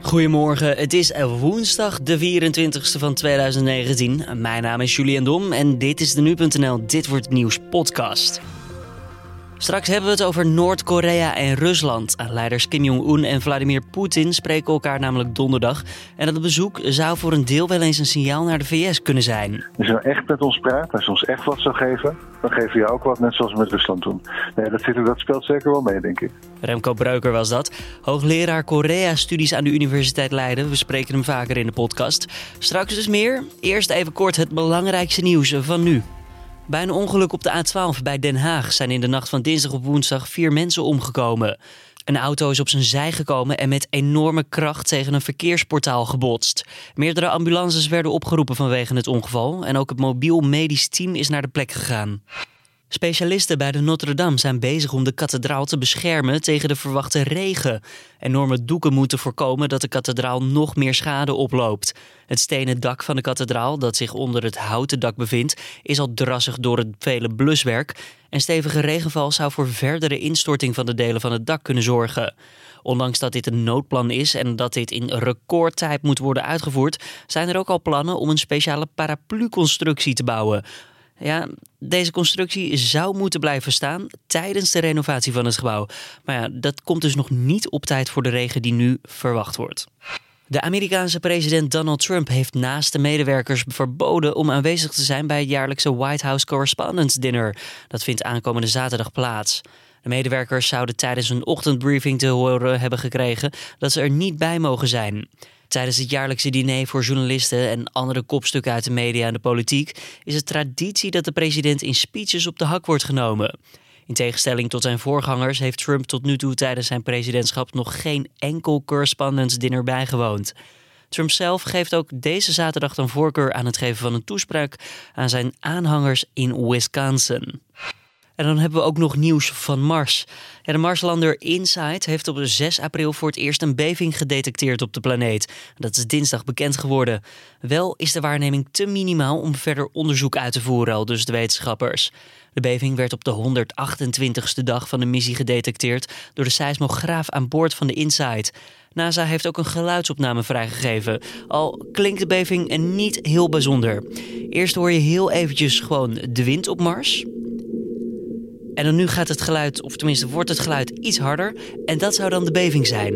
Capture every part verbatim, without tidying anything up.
Goedemorgen, het is woensdag de vierentwintigste van tweeduizend negentien. Mijn naam is Julian Dom en dit is de nu punt n l Dit Wordt Nieuws podcast. Straks hebben we het over Noord-Korea en Rusland. Leiders Kim Jong-un en Vladimir Poetin spreken elkaar namelijk donderdag. En dat bezoek zou voor een deel wel eens een signaal naar de V S kunnen zijn. Als je nou echt met ons praat, als je ons echt wat zou geven, dan geven we jou ook wat, net zoals we met Rusland doen. Nee, dat, zit, dat speelt zeker wel mee, denk ik. Remco Breuker was dat. Hoogleraar Korea-studies aan de Universiteit Leiden. We spreken hem vaker in de podcast. Straks dus meer. Eerst even kort het belangrijkste nieuws van nu. Bij een ongeluk op de A twaalf bij Den Haag zijn in de nacht van dinsdag op woensdag vier mensen omgekomen. Een auto is op zijn zij gekomen en met enorme kracht tegen een verkeersportaal gebotst. Meerdere ambulances werden opgeroepen vanwege het ongeval en ook het mobiel medisch team is naar de plek gegaan. Specialisten bij de Notre-Dame zijn bezig om de kathedraal te beschermen tegen de verwachte regen. Enorme doeken moeten voorkomen dat de kathedraal nog meer schade oploopt. Het stenen dak van de kathedraal, dat zich onder het houten dak bevindt, is al drassig door het vele bluswerk. En stevige regenval zou voor verdere instorting van de delen van het dak kunnen zorgen. Ondanks dat dit een noodplan is en dat dit in recordtijd moet worden uitgevoerd, zijn er ook al plannen om een speciale paraplu-constructie te bouwen. Ja, deze constructie zou moeten blijven staan tijdens de renovatie van het gebouw. Maar ja, dat komt dus nog niet op tijd voor de regen die nu verwacht wordt. De Amerikaanse president Donald Trump heeft naast de medewerkers verboden om aanwezig te zijn bij het jaarlijkse White House Correspondents' Dinner. Dat vindt aankomende zaterdag plaats. De medewerkers zouden tijdens een ochtendbriefing te horen hebben gekregen dat ze er niet bij mogen zijn. Tijdens het jaarlijkse diner voor journalisten en andere kopstukken uit de media en de politiek is het traditie dat de president in speeches op de hak wordt genomen. In tegenstelling tot zijn voorgangers heeft Trump tot nu toe tijdens zijn presidentschap nog geen enkel correspondence dinner bijgewoond. Trump zelf geeft ook deze zaterdag dan voorkeur aan het geven van een toespraak aan zijn aanhangers in Wisconsin. En dan hebben we ook nog nieuws van Mars. Ja, de Marslander InSight heeft op zes april voor het eerst een beving gedetecteerd op de planeet. Dat is dinsdag bekend geworden. Wel is de waarneming te minimaal om verder onderzoek uit te voeren, al dus de wetenschappers. De beving werd op de honderdachtentwintigste dag van de missie gedetecteerd door de seismograaf aan boord van de InSight. NASA heeft ook een geluidsopname vrijgegeven, al klinkt de beving niet heel bijzonder. Eerst hoor je heel eventjes gewoon de wind op Mars. En dan nu gaat het geluid, of tenminste wordt het geluid iets harder. En dat zou dan de beving zijn.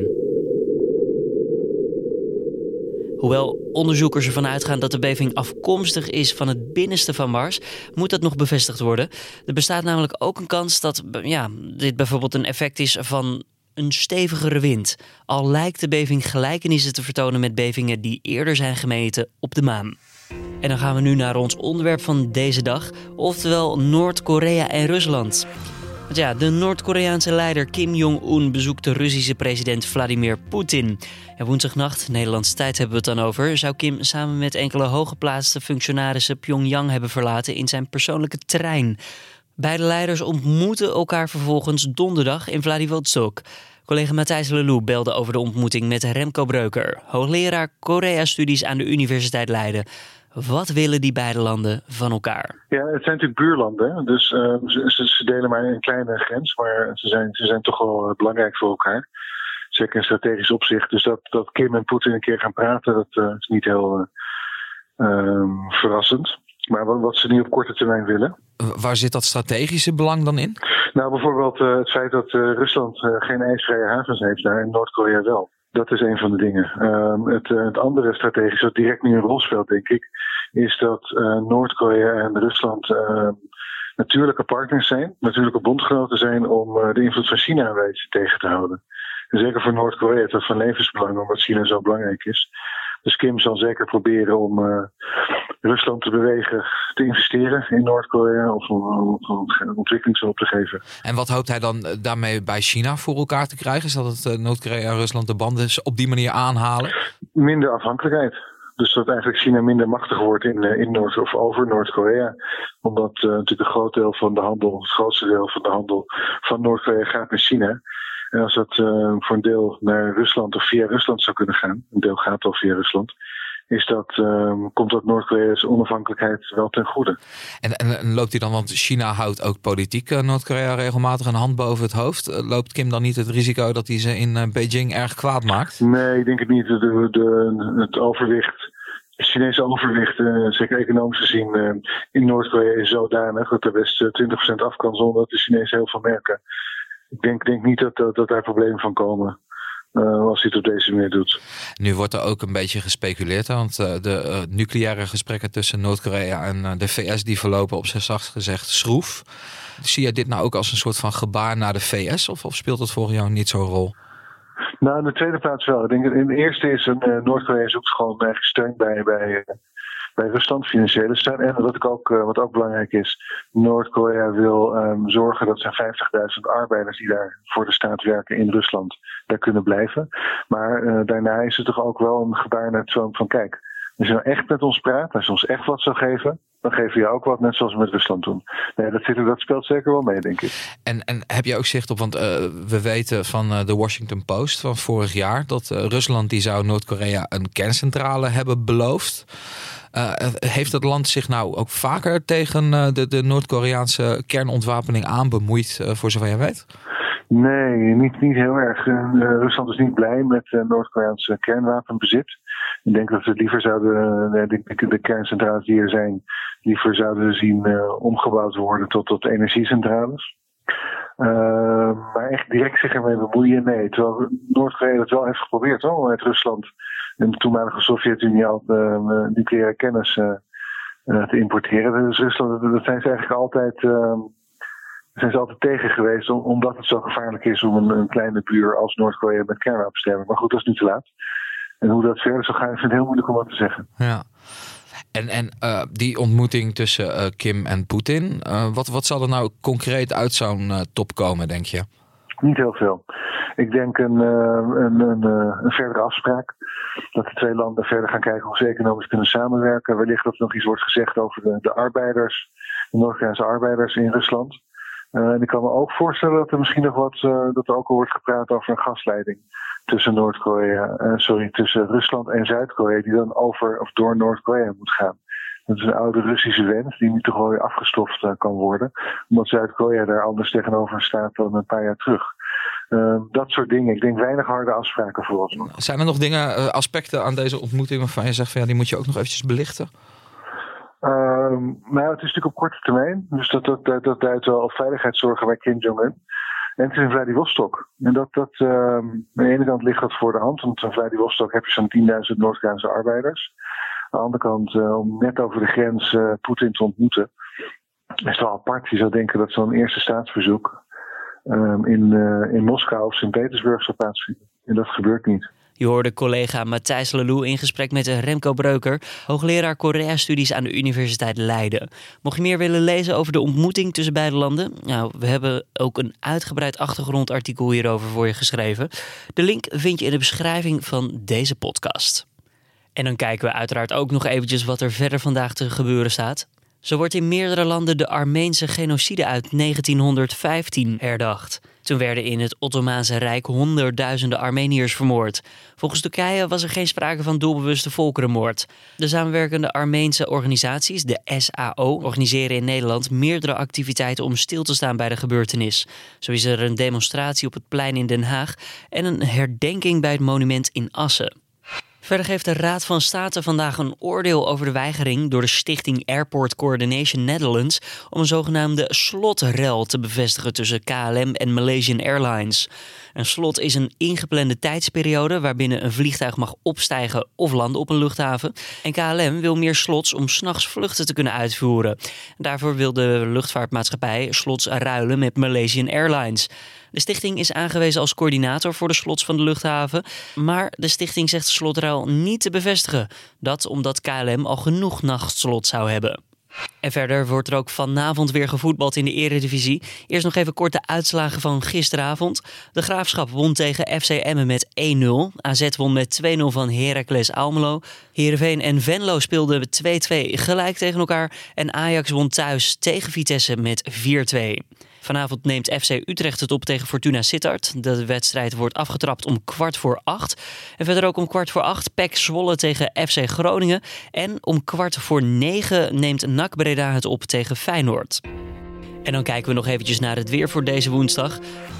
Hoewel onderzoekers ervan uitgaan dat de beving afkomstig is van het binnenste van Mars, moet dat nog bevestigd worden. Er bestaat namelijk ook een kans dat ja, dit bijvoorbeeld een effect is van een stevigere wind. Al lijkt de beving gelijkenissen te vertonen met bevingen die eerder zijn gemeten op de maan. En dan gaan we nu naar ons onderwerp van deze dag, oftewel Noord-Korea en Rusland. Want ja, de Noord-Koreaanse leider Kim Jong-un bezoekt de Russische president Vladimir Poetin. Ja, woensdagnacht, Nederlandse tijd hebben we het dan over, zou Kim samen met enkele hooggeplaatste functionarissen Pyongyang hebben verlaten in zijn persoonlijke trein. Beide leiders ontmoeten elkaar vervolgens donderdag in Vladivostok. Collega Matthijs Lelou belde over de ontmoeting met Remco Breuker, hoogleraar Korea-studies aan de Universiteit Leiden. Wat willen die beide landen van elkaar? Ja, het zijn natuurlijk buurlanden, dus uh, ze, ze delen maar een kleine grens, maar ze zijn, ze zijn toch wel belangrijk voor elkaar. Zeker in strategisch opzicht. Dus dat, dat Kim en Poetin een keer gaan praten, dat uh, is niet heel uh, um, verrassend. Maar wat, wat ze nu op korte termijn willen. Waar zit dat strategische belang dan in? Nou, bijvoorbeeld uh, het feit dat uh, Rusland uh, geen ijsvrije havens heeft daar en Noord-Korea wel. Dat is een van de dingen. Uh, het, uh, het andere strategisch, wat direct nu een rol speelt, denk ik, is dat uh, Noord-Korea en Rusland uh, natuurlijke partners zijn, natuurlijke bondgenoten zijn om uh, de invloed van China een beetje tegen te houden. En zeker voor Noord-Korea is dat van levensbelang, omdat China zo belangrijk is. Dus Kim zal zeker proberen om uh, Rusland te bewegen te investeren in Noord-Korea of om, om, om ontwikkelingshulp te geven. En wat hoopt hij dan daarmee bij China voor elkaar te krijgen? Is dat het uh, Noord-Korea en Rusland de banden op die manier aanhalen? Minder afhankelijkheid. Dus dat eigenlijk China minder machtig wordt in, in Noord- of over Noord-Korea. Omdat uh, natuurlijk een groot deel van de handel, het grootste deel van de handel van Noord-Korea gaat naar China. En als dat uh, voor een deel naar Rusland of via Rusland zou kunnen gaan, een deel gaat al via Rusland, is dat, um, komt dat Noord-Korea's onafhankelijkheid wel ten goede. En, en, en loopt hij dan, want China houdt ook politiek uh, Noord-Korea regelmatig een hand boven het hoofd. Uh, loopt Kim dan niet het risico dat hij ze in uh, Beijing erg kwaad maakt? Nee, ik denk het niet. De, de, de, het overwicht, het Chinese overwicht, uh, zeker economisch gezien, uh, in Noord-Korea is zodanig dat er best uh, twintig procent af kan zonder dat de Chinezen heel veel merken. Ik denk, denk niet dat, dat, dat daar problemen van komen. Uh, als hij het op deze manier doet. Nu wordt er ook een beetje gespeculeerd. Want uh, de uh, nucleaire gesprekken tussen Noord-Korea en uh, de V S... die verlopen op zijn zachtst gezegd schroef. Zie je dit nou ook als een soort van gebaar naar de V S? Of, of speelt dat volgens jou niet zo'n rol? Nou, in de tweede plaats wel. Ik denk, in de eerste is een uh, Noord-Korea zoekt gewoon eigenlijk steun bij... bij uh, bij Rusland, financiële steun. En wat, ik ook, wat ook belangrijk is, Noord-Korea wil um, zorgen dat zijn vijftigduizend arbeiders die daar voor de staat werken in Rusland, daar kunnen blijven. Maar uh, daarna is het toch ook wel een gebaar naar Trump van kijk, als je nou echt met ons praat, als je ons echt wat zou geven, dan geven we je ook wat, net zoals we met Rusland doen. Nee, dat, zit, dat speelt zeker wel mee, denk ik. En, en heb je ook zicht op, want uh, we weten van uh, de Washington Post van vorig jaar, dat uh, Rusland die zou Noord-Korea een kerncentrale hebben beloofd. Uh, heeft het land zich nou ook vaker tegen uh, de, de Noord-Koreaanse kernontwapening aan bemoeid, uh, voor zover jij weet? Nee, niet, niet heel erg. Uh, Rusland is niet blij met uh, Noord-Koreaanse kernwapenbezit. Ik denk dat ze liever zouden, uh, de, de kerncentrales die er zijn, liever zouden zien uh, omgebouwd worden tot, tot energiecentrales. Uh, maar echt direct zich ermee bemoeien, nee. Terwijl Noord-Korea dat wel heeft geprobeerd, hoor, met Rusland en de toenmalige Sovjet-Unie al uh, nucleaire kennis uh, uh, te importeren. Dus Rusland, dat zijn ze eigenlijk altijd, uh, zijn ze altijd tegen geweest, omdat het zo gevaarlijk is om een, een kleine buur als Noord-Korea met kernwapens te hebben. Maar goed, dat is nu te laat. En hoe dat verder zal gaan, is het heel moeilijk om wat te zeggen. Ja. En, en uh, die ontmoeting tussen uh, Kim en Poetin, uh, wat, wat zal er nou concreet uit zo'n uh, top komen, denk je? Niet heel veel. Ik denk een, uh, een, een, uh, een verdere afspraak. Dat de twee landen verder gaan kijken hoe ze economisch kunnen samenwerken. Wellicht dat er nog iets wordt gezegd over de, de arbeiders, de Noord-Koreaanse arbeiders in Rusland. Uh, en ik kan me ook voorstellen dat er misschien nog wat, uh, dat er ook al wordt gepraat over een gasleiding tussen Noord-Korea, uh, sorry, tussen Rusland en Zuid-Korea, die dan over of door Noord-Korea moet gaan. Dat is een oude Russische wens die nu toch wel weer afgestoft uh, kan worden, omdat Zuid-Korea daar anders tegenover staat dan een paar jaar terug. Uh, dat soort dingen. Ik denk weinig harde afspraken vooralsnog. Zijn er nog dingen, uh, aspecten aan deze ontmoeting waarvan je zegt van ja, die moet je ook nog eventjes belichten? Uh, nou, het is natuurlijk op korte termijn, dus dat, dat, dat, dat duidt wel op veiligheidszorgen bij Kim Jong-un. En het is in Vladivostok. En dat, dat, uh, aan de ene kant ligt dat voor de hand, want in Vladivostok heb je zo'n tienduizend Noord-Koreaanse arbeiders. Aan de andere kant, uh, om net over de grens uh, Poetin te ontmoeten, is het wel apart. Je zou denken dat zo'n eerste staatsbezoek um, in, uh, in Moskou of Sint-Petersburg zou plaatsvinden. En dat gebeurt niet. Je hoorde collega Matthijs Lelou in gesprek met Remco Breuker, hoogleraar Korea-studies aan de Universiteit Leiden. Mocht je meer willen lezen over de ontmoeting tussen beide landen, nou, we hebben ook een uitgebreid achtergrondartikel hierover voor je geschreven. De link vind je in de beschrijving van deze podcast. En dan kijken we uiteraard ook nog eventjes wat er verder vandaag te gebeuren staat. Zo wordt in meerdere landen de Armeense genocide uit negentienhonderdvijftien herdacht. Toen werden in het Ottomaanse Rijk honderdduizenden Armeniërs vermoord. Volgens Turkije was er geen sprake van doelbewuste volkerenmoord. De samenwerkende Armeense organisaties, de S A O, organiseren in Nederland meerdere activiteiten om stil te staan bij de gebeurtenis. Zo is er een demonstratie op het plein in Den Haag en een herdenking bij het monument in Assen. Verder geeft de Raad van State vandaag een oordeel over de weigering door de stichting Airport Coordination Netherlands om een zogenaamde slotrel te bevestigen tussen K L M en Malaysian Airlines. Een slot is een ingeplande tijdsperiode waarbinnen een vliegtuig mag opstijgen of landen op een luchthaven. En K L M wil meer slots om 's nachts vluchten te kunnen uitvoeren. Daarvoor wil de luchtvaartmaatschappij slots ruilen met Malaysian Airlines. De stichting is aangewezen als coördinator voor de slots van de luchthaven. Maar de stichting zegt de slotruil niet te bevestigen. Dat omdat K L M al genoeg nachtslots zou hebben. En verder wordt er ook vanavond weer gevoetbald in de Eredivisie. Eerst nog even kort de uitslagen van gisteravond. De Graafschap won tegen F C Emmen met één nul. A Z won met twee nul van Heracles Almelo. Heerenveen en Venlo speelden twee twee gelijk tegen elkaar. En Ajax won thuis tegen Vitesse met vier twee. Vanavond neemt F C Utrecht het op tegen Fortuna Sittard. De wedstrijd wordt afgetrapt om kwart voor acht. En verder ook om kwart voor acht P E C Zwolle tegen F C Groningen. En om kwart voor negen neemt N A C Breda het op tegen Feyenoord. En dan kijken we nog eventjes naar het weer voor deze woensdag.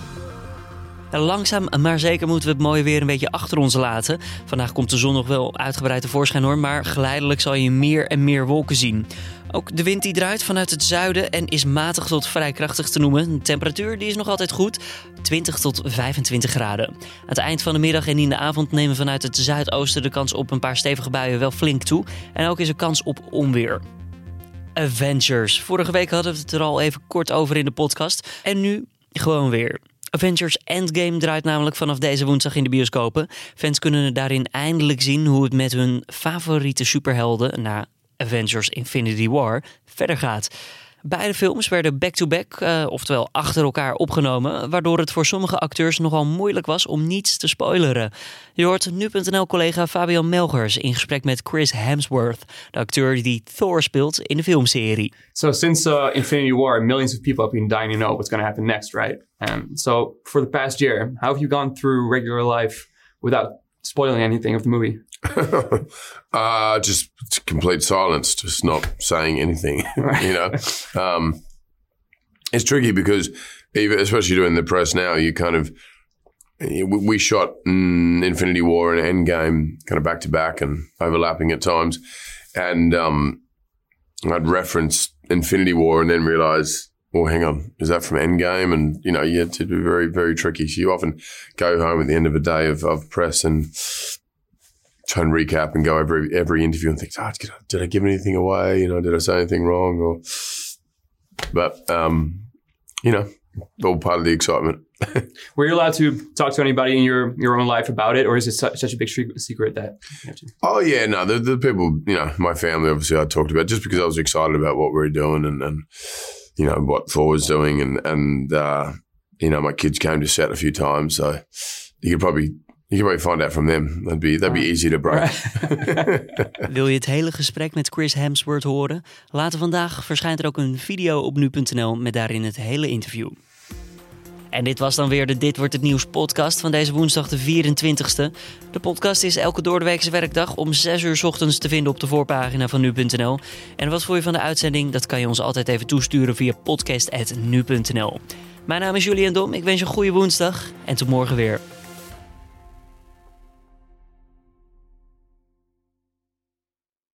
Langzaam, maar zeker moeten we het mooie weer een beetje achter ons laten. Vandaag komt de zon nog wel uitgebreid tevoorschijn hoor, maar geleidelijk zal je meer en meer wolken zien. Ook de wind die draait vanuit het zuiden en is matig tot vrij krachtig te noemen. De temperatuur die is nog altijd goed, twintig tot vijfentwintig graden. Aan het eind van de middag en in de avond nemen vanuit het zuidoosten de kans op een paar stevige buien wel flink toe. En ook is er kans op onweer. Avengers. Vorige week hadden we het er al even kort over in de podcast. En nu gewoon weer. Avengers Endgame draait namelijk vanaf deze woensdag in de bioscopen. Fans kunnen daarin eindelijk zien hoe het met hun favoriete superhelden na Avengers Infinity War verder gaat. Beide films werden back-to-back, uh, oftewel achter elkaar opgenomen, waardoor het voor sommige acteurs nogal moeilijk was om niets te spoileren. Je hoort nu punt n l-collega Fabian Melchers in gesprek met Chris Hemsworth, de acteur die Thor speelt in de filmserie. So since uh, Infinity War, millions of people have been dying to know what's going to happen next, right? Um, so for the past year, how have you gone through regular life without spoiling anything of the movie? uh, just complete silence, just not saying anything. You know, um, it's tricky because even, especially doing the press now, you kind of, we shot mm, Infinity War and Endgame kind of back to back and overlapping at times. And um, I'd reference Infinity War and then realize, well, hang on, is that from Endgame? And, you know, yeah, it's very, very tricky. So you often go home at the end of a day of, of press and try and recap and go over every interview and think, oh, did I, did I give anything away? You know, did I say anything wrong? Or, but, um, you know, all part of the excitement. Were you allowed to talk to anybody in your, your own life about it? Or is it su- such a big secret that you have to? Oh, yeah, no, the, the people, you know, my family, obviously, I talked about just because I was excited about what we were doing and, and you know, what Thor was doing. And, and uh, you know, my kids came to set a few times. So you could probably... You can probably find out from them. That'd be, that'd be easy to break. Wil je het hele gesprek met Chris Hemsworth horen? Later vandaag verschijnt er ook een video op nu punt n l met daarin het hele interview. En dit was dan weer de Dit Wordt Het Nieuws podcast van deze woensdag de vierentwintigste. De podcast is elke doordeweekse werkdag om zes uur 's ochtends te vinden op de voorpagina van nu punt n l. En wat vond je van de uitzending? Dat kan je ons altijd even toesturen via podcast apenstaartje nu punt n l. Mijn naam is Julian Dom, ik wens je een goede woensdag en tot morgen weer.